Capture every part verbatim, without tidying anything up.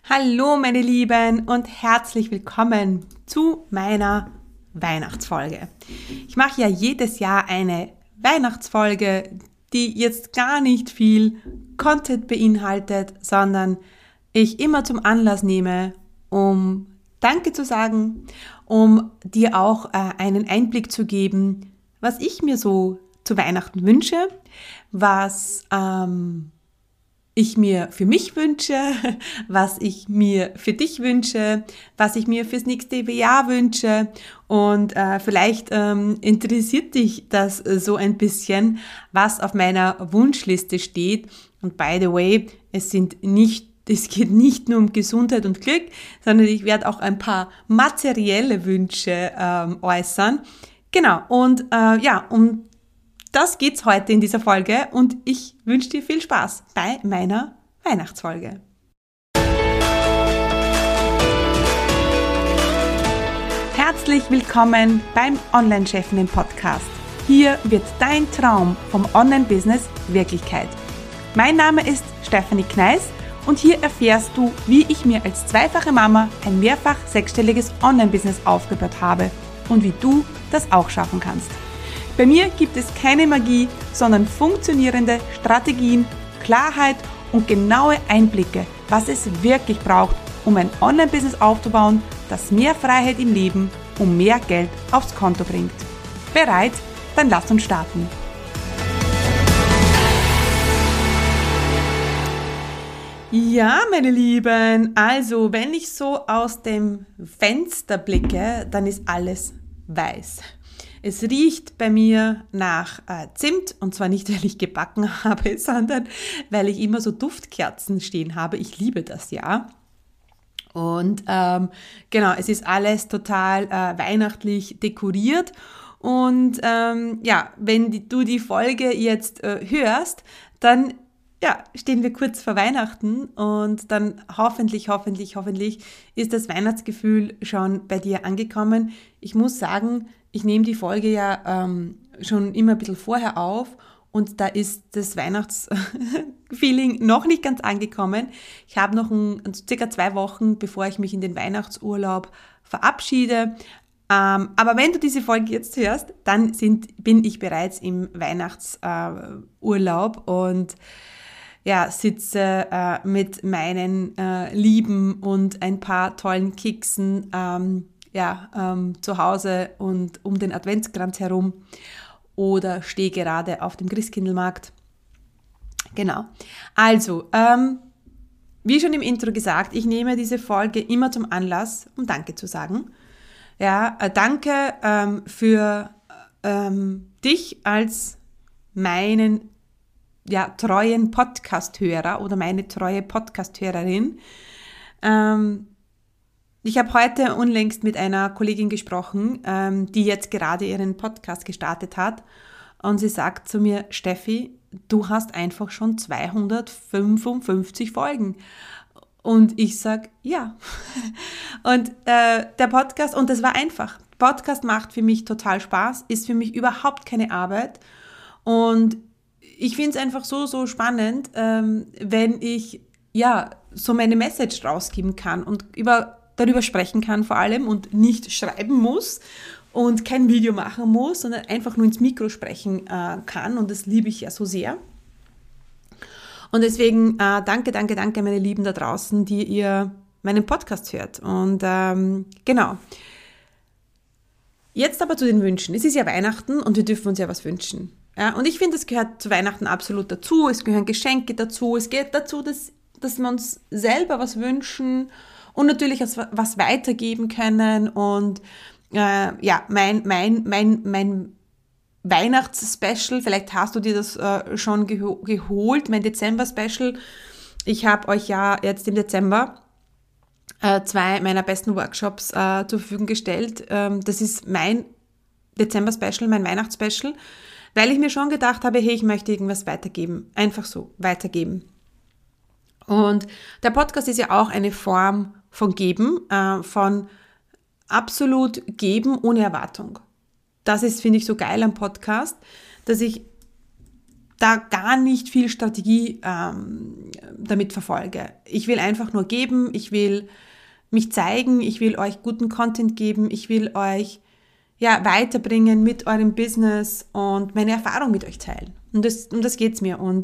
Hallo meine Lieben und herzlich willkommen zu meiner Weihnachtsfolge. Ich mache ja jedes Jahr eine Weihnachtsfolge, die jetzt gar nicht viel Content beinhaltet, sondern ich immer zum Anlass nehme, um Danke zu sagen, um dir auch äh, einen Einblick zu geben, was ich mir so zu Weihnachten wünsche, was ähm, ich mir für mich wünsche, was ich mir für dich wünsche, was ich mir fürs nächste Jahr wünsche und äh, vielleicht ähm, interessiert dich das so ein bisschen, was auf meiner Wunschliste steht. Und by the way, es sind nicht, es geht nicht nur um Gesundheit und Glück, sondern ich werde auch ein paar materielle Wünsche ähm, äußern. Genau, und äh, ja, um das geht's heute in dieser Folge und ich wünsche dir viel Spaß bei meiner Weihnachtsfolge. Herzlich willkommen beim Online-Chefinnen-Podcast. Hier wird dein Traum vom Online-Business Wirklichkeit. Mein Name ist Stefanie Kneis und hier erfährst du, wie ich mir als zweifache Mama ein mehrfach sechsstelliges Online-Business aufgebaut habe und wie du das auch schaffen kannst. Bei mir gibt es keine Magie, sondern funktionierende Strategien, Klarheit und genaue Einblicke, was es wirklich braucht, um ein Online-Business aufzubauen, das mehr Freiheit im Leben und mehr Geld aufs Konto bringt. Bereit? Dann lass uns starten. Ja, meine Lieben, also wenn ich so aus dem Fenster blicke, dann ist alles weiß. Es riecht bei mir nach äh, Zimt und zwar nicht, weil ich gebacken habe, sondern weil ich immer so Duftkerzen stehen habe. Ich liebe das ja. Und ähm, genau, es ist alles total äh, weihnachtlich dekoriert. Und ähm, ja, wenn die, du die Folge jetzt äh, hörst, dann ja, stehen wir kurz vor Weihnachten und dann hoffentlich, hoffentlich, hoffentlich ist das Weihnachtsgefühl schon bei dir angekommen. Ich muss sagen, ich nehme die Folge ja ähm, schon immer ein bisschen vorher auf und da ist das Weihnachtsfeeling noch nicht ganz angekommen. Ich habe noch ein, circa zwei Wochen, bevor ich mich in den Weihnachtsurlaub verabschiede. Ähm, aber wenn du diese Folge jetzt hörst, dann sind, bin ich bereits im Weihnachtsurlaub äh, und ja, sitze äh, mit meinen äh, Lieben und ein paar tollen Keksen ähm, ja, ähm, zu Hause und um den Adventskranz herum oder stehe gerade auf dem Christkindlmarkt. Genau. Also, ähm, wie schon im Intro gesagt, ich nehme diese Folge immer zum Anlass, um Danke zu sagen. Ja, äh, danke ähm, für ähm, dich als meinen ja, treuen Podcast-Hörer oder meine treue Podcast-Hörerin. Ähm, ich habe heute unlängst mit einer Kollegin gesprochen, ähm, die jetzt gerade ihren Podcast gestartet hat und sie sagt zu mir, Steffi, du hast einfach schon zweihundertfünfundfünfzig Folgen. Und ich sage, ja. Und äh, der Podcast, und das war einfach. Podcast macht für mich total Spaß, ist für mich überhaupt keine Arbeit und ich finde es einfach so, so spannend, ähm, wenn ich ja so meine Message rausgeben kann und über, darüber sprechen kann vor allem und nicht schreiben muss und kein Video machen muss, sondern einfach nur ins Mikro sprechen äh, kann und das liebe ich ja so sehr. Und deswegen äh, danke, danke, danke meine Lieben da draußen, die ihr meinen Podcast hört. Und ähm, genau. Jetzt aber zu den Wünschen. Es ist ja Weihnachten und wir dürfen uns ja was wünschen. Ja, und ich finde, es gehört zu Weihnachten absolut dazu. Es gehören Geschenke dazu. Es geht dazu, dass, dass wir uns selber was wünschen und natürlich was weitergeben können. Und äh, ja, mein, mein, mein, mein Weihnachtsspecial, vielleicht hast du dir das äh, schon geho- geholt, mein Dezember-Special. Ich habe euch ja jetzt im Dezember äh, zwei meiner besten Workshops äh, zur Verfügung gestellt. Ähm, das ist mein Dezember-Special, mein Weihnachts-Special. Weil ich mir schon gedacht habe, hey, ich möchte irgendwas weitergeben. Einfach so, weitergeben. Und der Podcast ist ja auch eine Form von Geben, äh, von absolut Geben ohne Erwartung. Das ist, finde ich, so geil am Podcast, dass ich da gar nicht viel Strategie ähm, damit verfolge. Ich will einfach nur geben, ich will mich zeigen, ich will euch guten Content geben, ich will euch ja, weiterbringen mit eurem Business und meine Erfahrung mit euch teilen. Und das, um das geht's mir. Und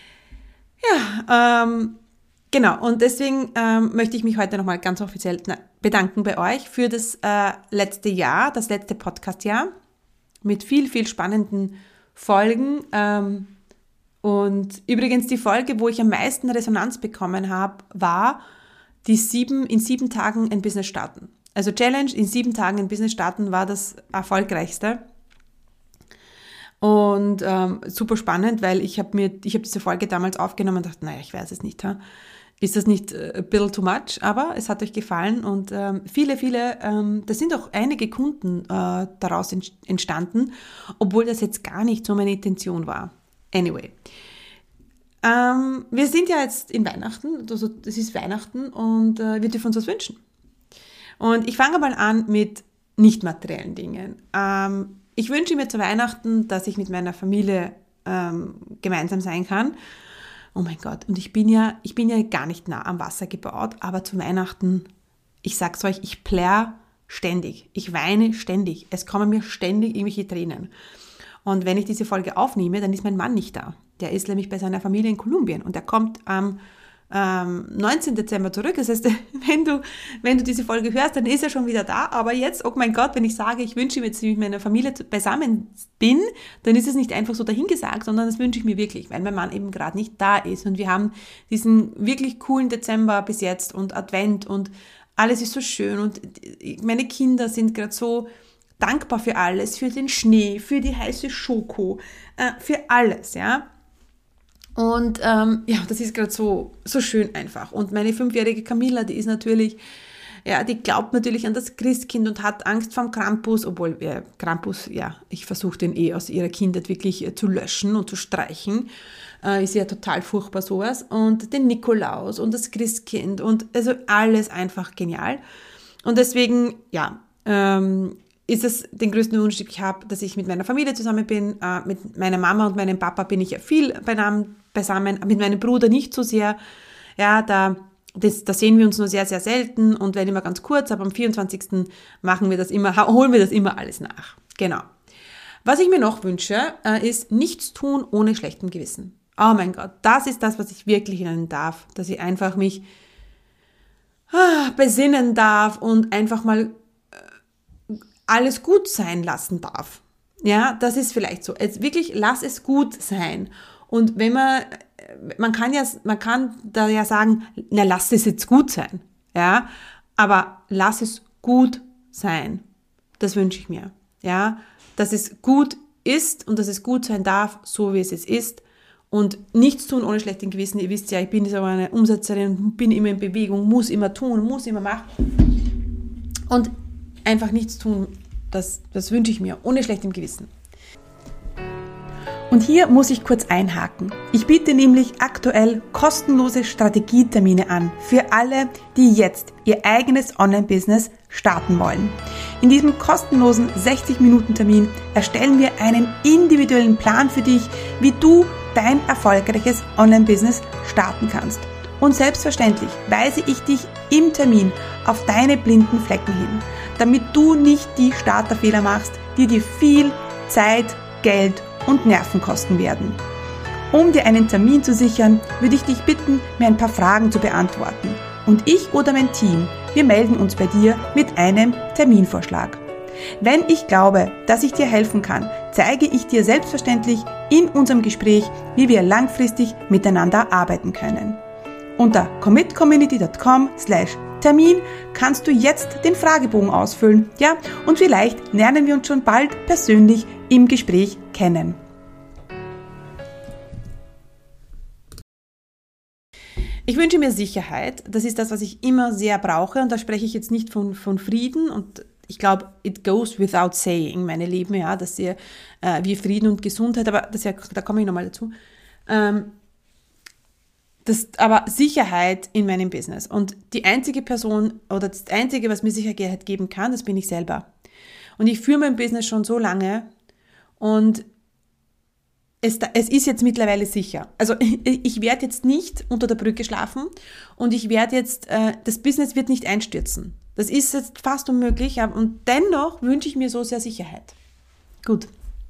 ja, ähm, genau. Und deswegen ähm, möchte ich mich heute nochmal ganz offiziell bedanken bei euch für das äh, letzte Jahr, das letzte Podcast-Jahr mit viel, viel spannenden Folgen. Ähm, und übrigens die Folge, wo ich am meisten Resonanz bekommen habe, war die sieben, in sieben Tagen ein Business starten. Also Challenge, in sieben Tagen ein Business starten war das erfolgreichste. Und ähm, super spannend, weil ich habe mir, ich habe diese Folge damals aufgenommen und dachte, naja, ich weiß es nicht. Ha? Ist das nicht äh, ein bisschen too much? Aber es hat euch gefallen und ähm, viele, viele, ähm, da sind auch einige Kunden äh, daraus entstanden, obwohl das jetzt gar nicht so meine Intention war. Anyway. Ähm, wir sind ja jetzt in Weihnachten, also es ist Weihnachten und äh, wir dürfen uns was wünschen. Und ich fange mal an mit nicht materiellen Dingen. Ähm, ich wünsche mir zu Weihnachten, dass ich mit meiner Familie ähm, gemeinsam sein kann. Oh mein Gott, und ich bin ja, ich bin ja gar nicht nah am Wasser gebaut, aber zu Weihnachten, ich sag's euch, ich plärr ständig. Ich weine ständig. Es kommen mir ständig irgendwelche Tränen. Und wenn ich diese Folge aufnehme, dann ist mein Mann nicht da. Der ist nämlich bei seiner Familie in Kolumbien und der kommt am ähm, neunzehnten Dezember zurück. Das heißt, wenn du, wenn du diese Folge hörst, dann ist er schon wieder da. Aber jetzt, oh mein Gott, wenn ich sage, ich wünsche mir jetzt, dass ich mit meiner Familie beisammen bin, dann ist es nicht einfach so dahingesagt, sondern das wünsche ich mir wirklich, weil mein Mann eben gerade nicht da ist. Und wir haben diesen wirklich coolen Dezember bis jetzt und Advent und alles ist so schön. Und meine Kinder sind gerade so dankbar für alles, für den Schnee, für die heiße Schoko, äh, für alles, ja. Und ähm, ja, das ist gerade so, so schön einfach. Und meine fünfjährige Camilla, die ist natürlich, ja, die glaubt natürlich an das Christkind und hat Angst vorm Krampus, obwohl wir Krampus, ja, ich versuche den eh aus ihrer Kindheit wirklich äh, zu löschen und zu streichen. Äh, ist ja total furchtbar sowas. Und den Nikolaus und das Christkind und also alles einfach genial. Und deswegen, ja, ähm, ist es den größten Wunsch, den ich habe, dass ich mit meiner Familie zusammen bin. Äh, mit meiner Mama und meinem Papa bin ich ja viel beisammen, beisammen, mit meinem Bruder nicht so sehr. Ja, da, das, da sehen wir uns nur sehr, sehr selten und wenn immer ganz kurz, aber am vierundzwanzigsten machen wir das immer, holen wir das immer alles nach. Genau. Was ich mir noch wünsche, äh, ist nichts tun ohne schlechtem Gewissen. Oh mein Gott, das ist das, was ich wirklich lernen darf, dass ich einfach mich ah, besinnen darf und einfach mal alles gut sein lassen darf. Ja, das ist vielleicht so. Jetzt wirklich, lass es gut sein. Und wenn man, man kann ja, man kann da ja sagen, na, lass es jetzt gut sein. Ja, aber lass es gut sein. Das wünsche ich mir. Ja, dass es gut ist und dass es gut sein darf, so wie es jetzt ist. Und nichts tun ohne schlechtes Gewissen. Ihr wisst ja, ich bin so eine Umsetzerin, bin immer in Bewegung, muss immer tun, muss immer machen. Und einfach nichts tun, das, das wünsche ich mir, ohne schlechtem Gewissen. Und hier muss ich kurz einhaken. Ich biete nämlich aktuell kostenlose Strategietermine an für alle, die jetzt ihr eigenes Online-Business starten wollen. In diesem kostenlosen sechzig-Minuten-Termin erstellen wir einen individuellen Plan für dich, wie du dein erfolgreiches Online-Business starten kannst. Und selbstverständlich weise ich dich im Termin auf deine blinden Flecken hin, damit du nicht die Starterfehler machst, die dir viel Zeit, Geld und Nerven kosten werden. Um dir einen Termin zu sichern, würde ich dich bitten, mir ein paar Fragen zu beantworten. Und ich oder mein Team, wir melden uns bei dir mit einem Terminvorschlag. Wenn ich glaube, dass ich dir helfen kann, zeige ich dir selbstverständlich in unserem Gespräch, wie wir langfristig miteinander arbeiten können. Unter commitcommunity dot com slash Termin kannst du jetzt den Fragebogen ausfüllen, ja, und vielleicht lernen wir uns schon bald persönlich im Gespräch kennen. Ich wünsche mir Sicherheit. Das ist das, was ich immer sehr brauche. Und da spreche ich jetzt nicht von, von Frieden. Und ich glaube, it goes without saying, meine Lieben, ja, dass ihr, äh, wie Frieden und Gesundheit, aber das ja, da komme ich nochmal dazu. Ähm, das, aber Sicherheit in meinem Business. Und die einzige Person oder das Einzige, was mir Sicherheit geben kann, das bin ich selber. Und ich führe mein Business schon so lange und es, es ist jetzt mittlerweile sicher. Also ich werde jetzt nicht unter der Brücke schlafen und ich werde jetzt, äh, das Business wird nicht einstürzen. Das ist jetzt fast unmöglich, und dennoch wünsche ich mir so sehr Sicherheit. Gut.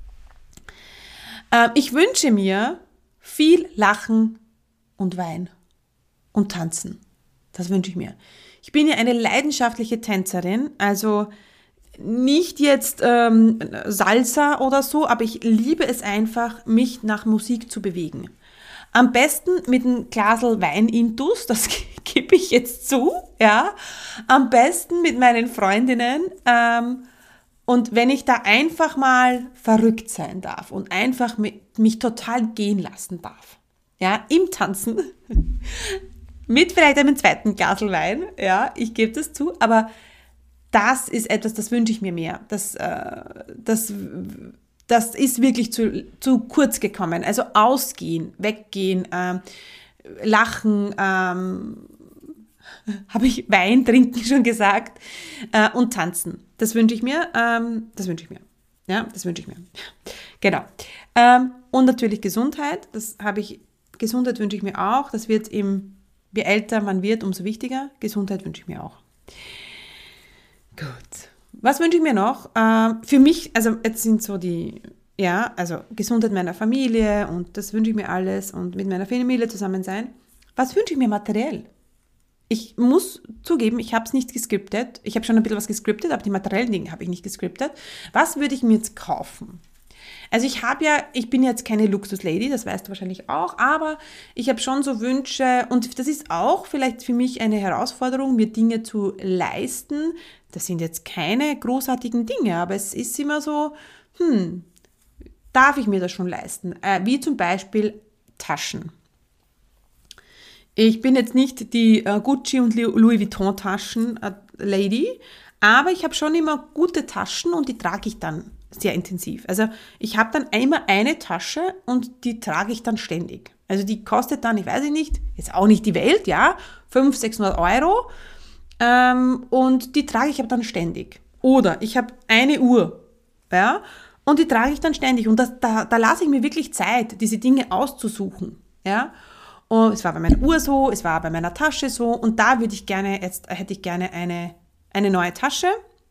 Äh, ich wünsche mir viel Lachen und Wein und Tanzen. Das wünsche ich mir. Ich bin ja eine leidenschaftliche Tänzerin, also nicht jetzt ähm, Salsa oder so, aber ich liebe es einfach, mich nach Musik zu bewegen. Am besten mit einem Glasl Wein intus, das gebe ich jetzt zu, ja. Am besten mit meinen Freundinnen, ähm, und wenn ich da einfach mal verrückt sein darf und einfach mit, mich total gehen lassen darf, ja, im Tanzen, mit vielleicht einem zweiten Glasl Wein, ja, ich gebe das zu, aber das ist etwas, das wünsche ich mir mehr. Das, äh, das, das ist wirklich zu, zu kurz gekommen. Also ausgehen, weggehen, ähm, lachen, ähm, habe ich Wein trinken schon gesagt, äh, und tanzen. Das wünsche ich mir. Ähm, das wünsche ich mir. Ja, das wünsche ich mir. Genau. Ähm, und natürlich Gesundheit. Das habe ich. Gesundheit wünsche ich mir auch. Das wird im, je älter man wird, umso wichtiger. Gesundheit wünsche ich mir auch. Gut. Was wünsche ich mir noch? Ähm, für mich, also jetzt sind so die, ja, also Gesundheit meiner Familie und das wünsche ich mir alles und mit meiner Familie zusammen sein. Was wünsche ich mir materiell? Ich muss zugeben, ich habe es nicht gescriptet. Ich habe schon ein bisschen was gescriptet, aber die materiellen Dinge habe ich nicht gescriptet. Was würde ich mir jetzt kaufen? Also ich habe ja, ich bin jetzt keine Luxuslady, das weißt du wahrscheinlich auch, aber ich habe schon so Wünsche und das ist auch vielleicht für mich eine Herausforderung, mir Dinge zu leisten. Das sind jetzt keine großartigen Dinge, aber es ist immer so, hm, darf ich mir das schon leisten? Äh, wie zum Beispiel Taschen. Ich bin jetzt nicht die äh, Gucci und Louis Vuitton Taschen äh, Lady, aber ich habe schon immer gute Taschen und die trage ich dann sehr intensiv. Also ich habe dann immer eine Tasche und die trage ich dann ständig. Also die kostet dann, ich weiß nicht, jetzt auch nicht die Welt, ja, fünfhundert, sechshundert Euro, ähm, und die trage ich aber dann ständig. Oder ich habe eine Uhr, ja, und die trage ich dann ständig und das, da, da lasse ich mir wirklich Zeit, diese Dinge auszusuchen, ja. Und es war bei meiner Uhr so, es war bei meiner Tasche so und da würde ich gerne, jetzt hätte ich gerne eine, eine neue Tasche.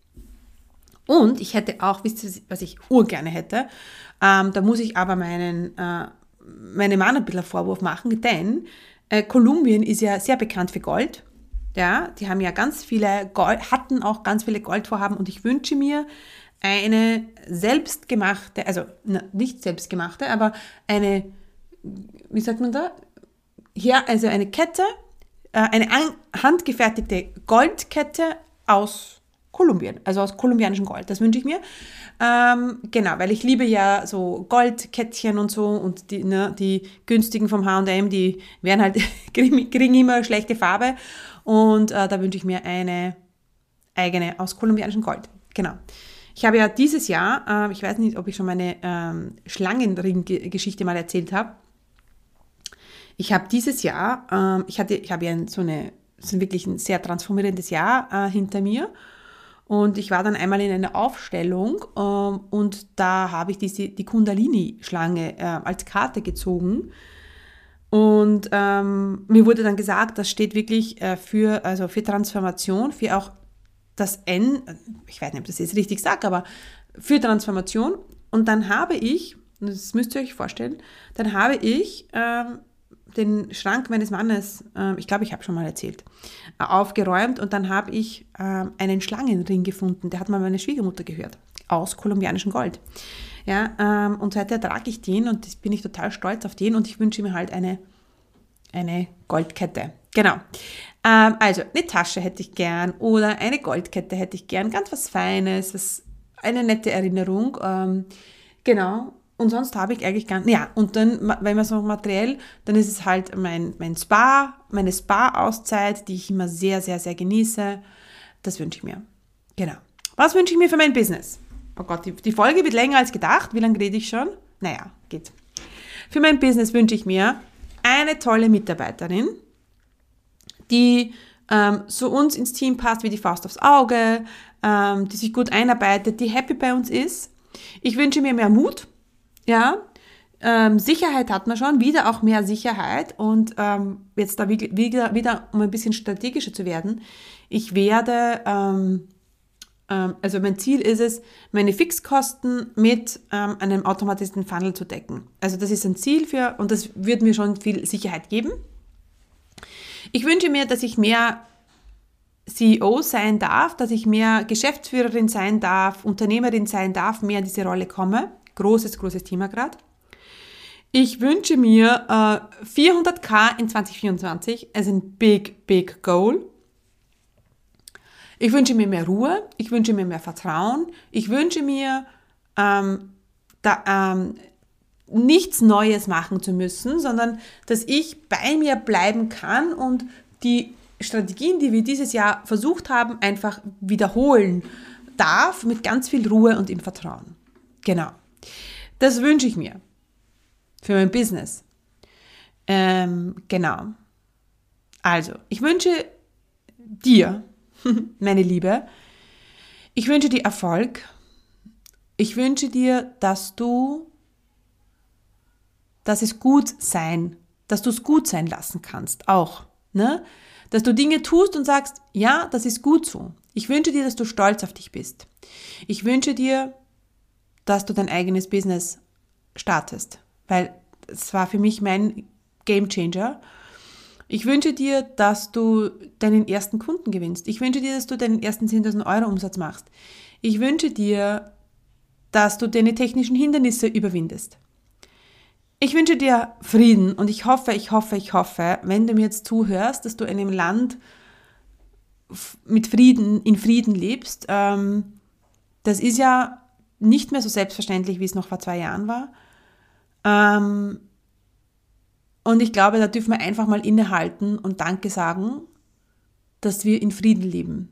Und ich hätte auch, wisst ihr, was ich urgerne hätte, ähm, da muss ich aber meinen, äh, meinem Mann ein bisschen einen Vorwurf machen, denn äh, Kolumbien ist ja sehr bekannt für Gold. Ja, die haben ja ganz viele Gold, hatten auch ganz viele Goldvorhaben und ich wünsche mir eine selbstgemachte, also na, nicht selbstgemachte, aber eine, wie sagt man da? Ja, also eine Kette, äh, eine an, handgefertigte Goldkette aus Kolumbien, also aus kolumbianischem Gold, das wünsche ich mir. Ähm, genau, weil ich liebe ja so Goldkettchen und so und die, ne, die günstigen vom H und M, die werden halt, kriegen immer schlechte Farbe und äh, da wünsche ich mir eine eigene aus kolumbianischem Gold. Genau. Ich habe ja dieses Jahr, äh, ich weiß nicht, ob ich schon meine ähm, Schlangenring-Geschichte mal erzählt habe. Ich habe dieses Jahr, ähm, ich hatte, ich habe ja so eine, so wirklich ein sehr transformierendes Jahr äh, hinter mir. Und ich war dann einmal in einer Aufstellung ähm, und da habe ich diese, die Kundalini-Schlange äh, als Karte gezogen. Und ähm, mir wurde dann gesagt, das steht wirklich äh, für, also für Transformation, für auch das N, ich weiß nicht, ob das jetzt richtig sage, aber für Transformation. Und dann habe ich, das müsst ihr euch vorstellen, dann habe ich ähm, den Schrank meines Mannes, äh, ich glaube, ich habe schon mal erzählt, äh, aufgeräumt und dann habe ich äh, einen Schlangenring gefunden, der hat mal meine Schwiegermutter gehört, aus kolumbianischem Gold. Ja, ähm, und seither trage ich den und das bin ich total stolz auf den und ich wünsche mir halt eine, eine Goldkette. Genau. Ähm, also eine Tasche hätte ich gern oder eine Goldkette hätte ich gern, ganz was Feines, was, eine nette Erinnerung. Ähm, genau. Und sonst habe ich eigentlich gar nicht, ja, und dann, wenn man so materiell, dann ist es halt mein, mein Spa, meine Spa-Auszeit, die ich immer sehr, sehr, sehr genieße. Das wünsche ich mir. Genau. Was wünsche ich mir für mein Business? Oh Gott, die, die Folge wird länger als gedacht. Wie lange rede ich schon? Naja, geht. Für mein Business wünsche ich mir eine tolle Mitarbeiterin, die ähm, so uns ins Team passt wie die Faust aufs Auge, ähm, die sich gut einarbeitet, die happy bei uns ist. Ich wünsche mir mehr Mut. Ja, ähm, Sicherheit hat man schon, wieder auch mehr Sicherheit und ähm, jetzt da wieder, wieder, um ein bisschen strategischer zu werden, ich werde, ähm, ähm, also mein Ziel ist es, meine Fixkosten mit ähm, einem automatisierten Funnel zu decken. Also das ist ein Ziel für, und das wird mir schon viel Sicherheit geben. Ich wünsche mir, dass ich mehr C E O sein darf, dass ich mehr Geschäftsführerin sein darf, Unternehmerin sein darf, mehr in diese Rolle komme. Großes, großes Thema gerade. Ich wünsche mir äh, vierhunderttausend in zwanzig vierundzwanzig, also ein big, big goal. Ich wünsche mir mehr Ruhe, ich wünsche mir mehr Vertrauen, ich wünsche mir ähm, da, ähm, nichts Neues machen zu müssen, sondern dass ich bei mir bleiben kann und die Strategien, die wir dieses Jahr versucht haben, einfach wiederholen darf mit ganz viel Ruhe und im Vertrauen. Genau. Das wünsche ich mir. Für mein Business. Ähm, genau. Also, ich wünsche dir, meine Liebe, ich wünsche dir Erfolg. Ich wünsche dir, dass du, dass es gut sein, dass du es gut sein lassen kannst, auch. Ne? Dass du Dinge tust und sagst, ja, das ist gut so. Ich wünsche dir, dass du stolz auf dich bist. Ich wünsche dir, dass du dein eigenes Business startest. Weil es war für mich mein Gamechanger. Ich wünsche dir, dass du deinen ersten Kunden gewinnst. Ich wünsche dir, dass du deinen ersten zehntausend Euro Umsatz machst. Ich wünsche dir, dass du deine technischen Hindernisse überwindest. Ich wünsche dir Frieden und ich hoffe, ich hoffe, ich hoffe, wenn du mir jetzt zuhörst, dass du in einem Land mit Frieden, in Frieden lebst. Das ist ja nicht mehr so selbstverständlich, wie es noch vor zwei Jahren war. Ähm, und ich glaube, da dürfen wir einfach mal innehalten und Danke sagen, dass wir in Frieden leben.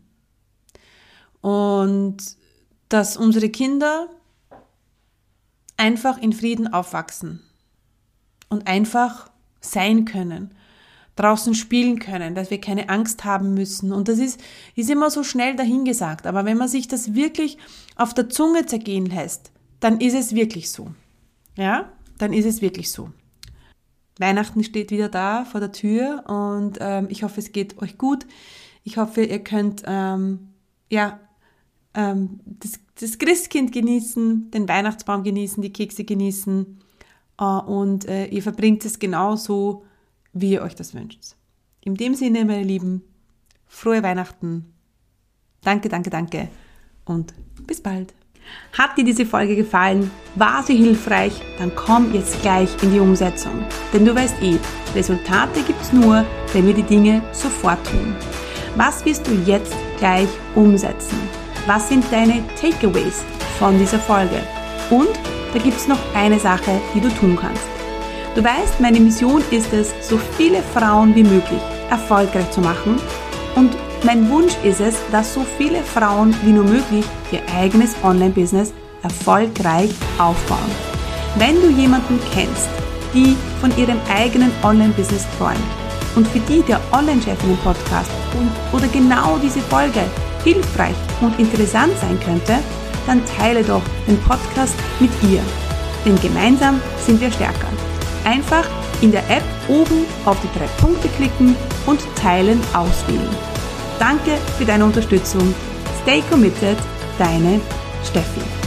Und dass unsere Kinder einfach in Frieden aufwachsen und einfach sein können, draußen spielen können, dass wir keine Angst haben müssen. Und das ist, ist immer so schnell dahingesagt. Aber wenn man sich das wirklich auf der Zunge zergehen lässt, dann ist es wirklich so. Ja? Dann ist es wirklich so. Weihnachten steht wieder da vor der Tür und ähm, ich hoffe, es geht euch gut. Ich hoffe, ihr könnt ähm, ja, ähm, das, das Christkind genießen, den Weihnachtsbaum genießen, die Kekse genießen äh, und äh, ihr verbringt es genauso, wie ihr euch das wünscht. In dem Sinne, meine Lieben, frohe Weihnachten. Danke, danke, danke und bis bald. Hat dir diese Folge gefallen? War sie hilfreich? Dann komm jetzt gleich in die Umsetzung. Denn du weißt eh, Resultate gibt's nur, wenn wir die Dinge sofort tun. Was wirst du jetzt gleich umsetzen? Was sind deine Takeaways von dieser Folge? Und da gibt's noch eine Sache, die du tun kannst. Du weißt, meine Mission ist es, so viele Frauen wie möglich erfolgreich zu machen und mein Wunsch ist es, dass so viele Frauen wie nur möglich ihr eigenes Online-Business erfolgreich aufbauen. Wenn du jemanden kennst, die von ihrem eigenen Online-Business träumt und für die der Online-Chefinnen-Podcast und oder genau diese Folge hilfreich und interessant sein könnte, dann teile doch den Podcast mit ihr. Denn gemeinsam sind wir stärker. Einfach in der App oben auf die drei Punkte klicken und Teilen auswählen. Danke für deine Unterstützung. Stay committed, deine Steffi.